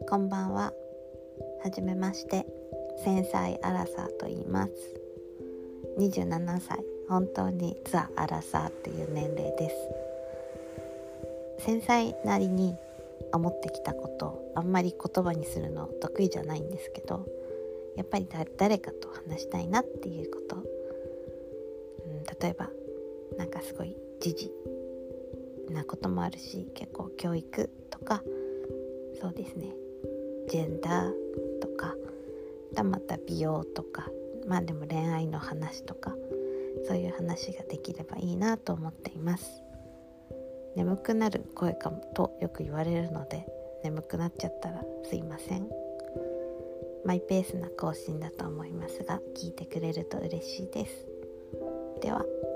こんばんは。はじめまして、繊細アラサーと言います。27歳、本当にザ・アラサーっていう年齢です。繊細なりに思ってきたことをあんまり言葉にするの得意じゃないんですけど、やっぱり誰かと話したいなっていうこと、例えばなんかすごい時事なこともあるし、結構教育とか、そうですね、ジェンダーとか、また美容とか、でも恋愛の話とか、そういう話ができればいいなと思っています。眠くなる声かもとよく言われるので、眠くなっちゃったらすいません。マイペースな更新だと思いますが、聞いてくれると嬉しいです。では。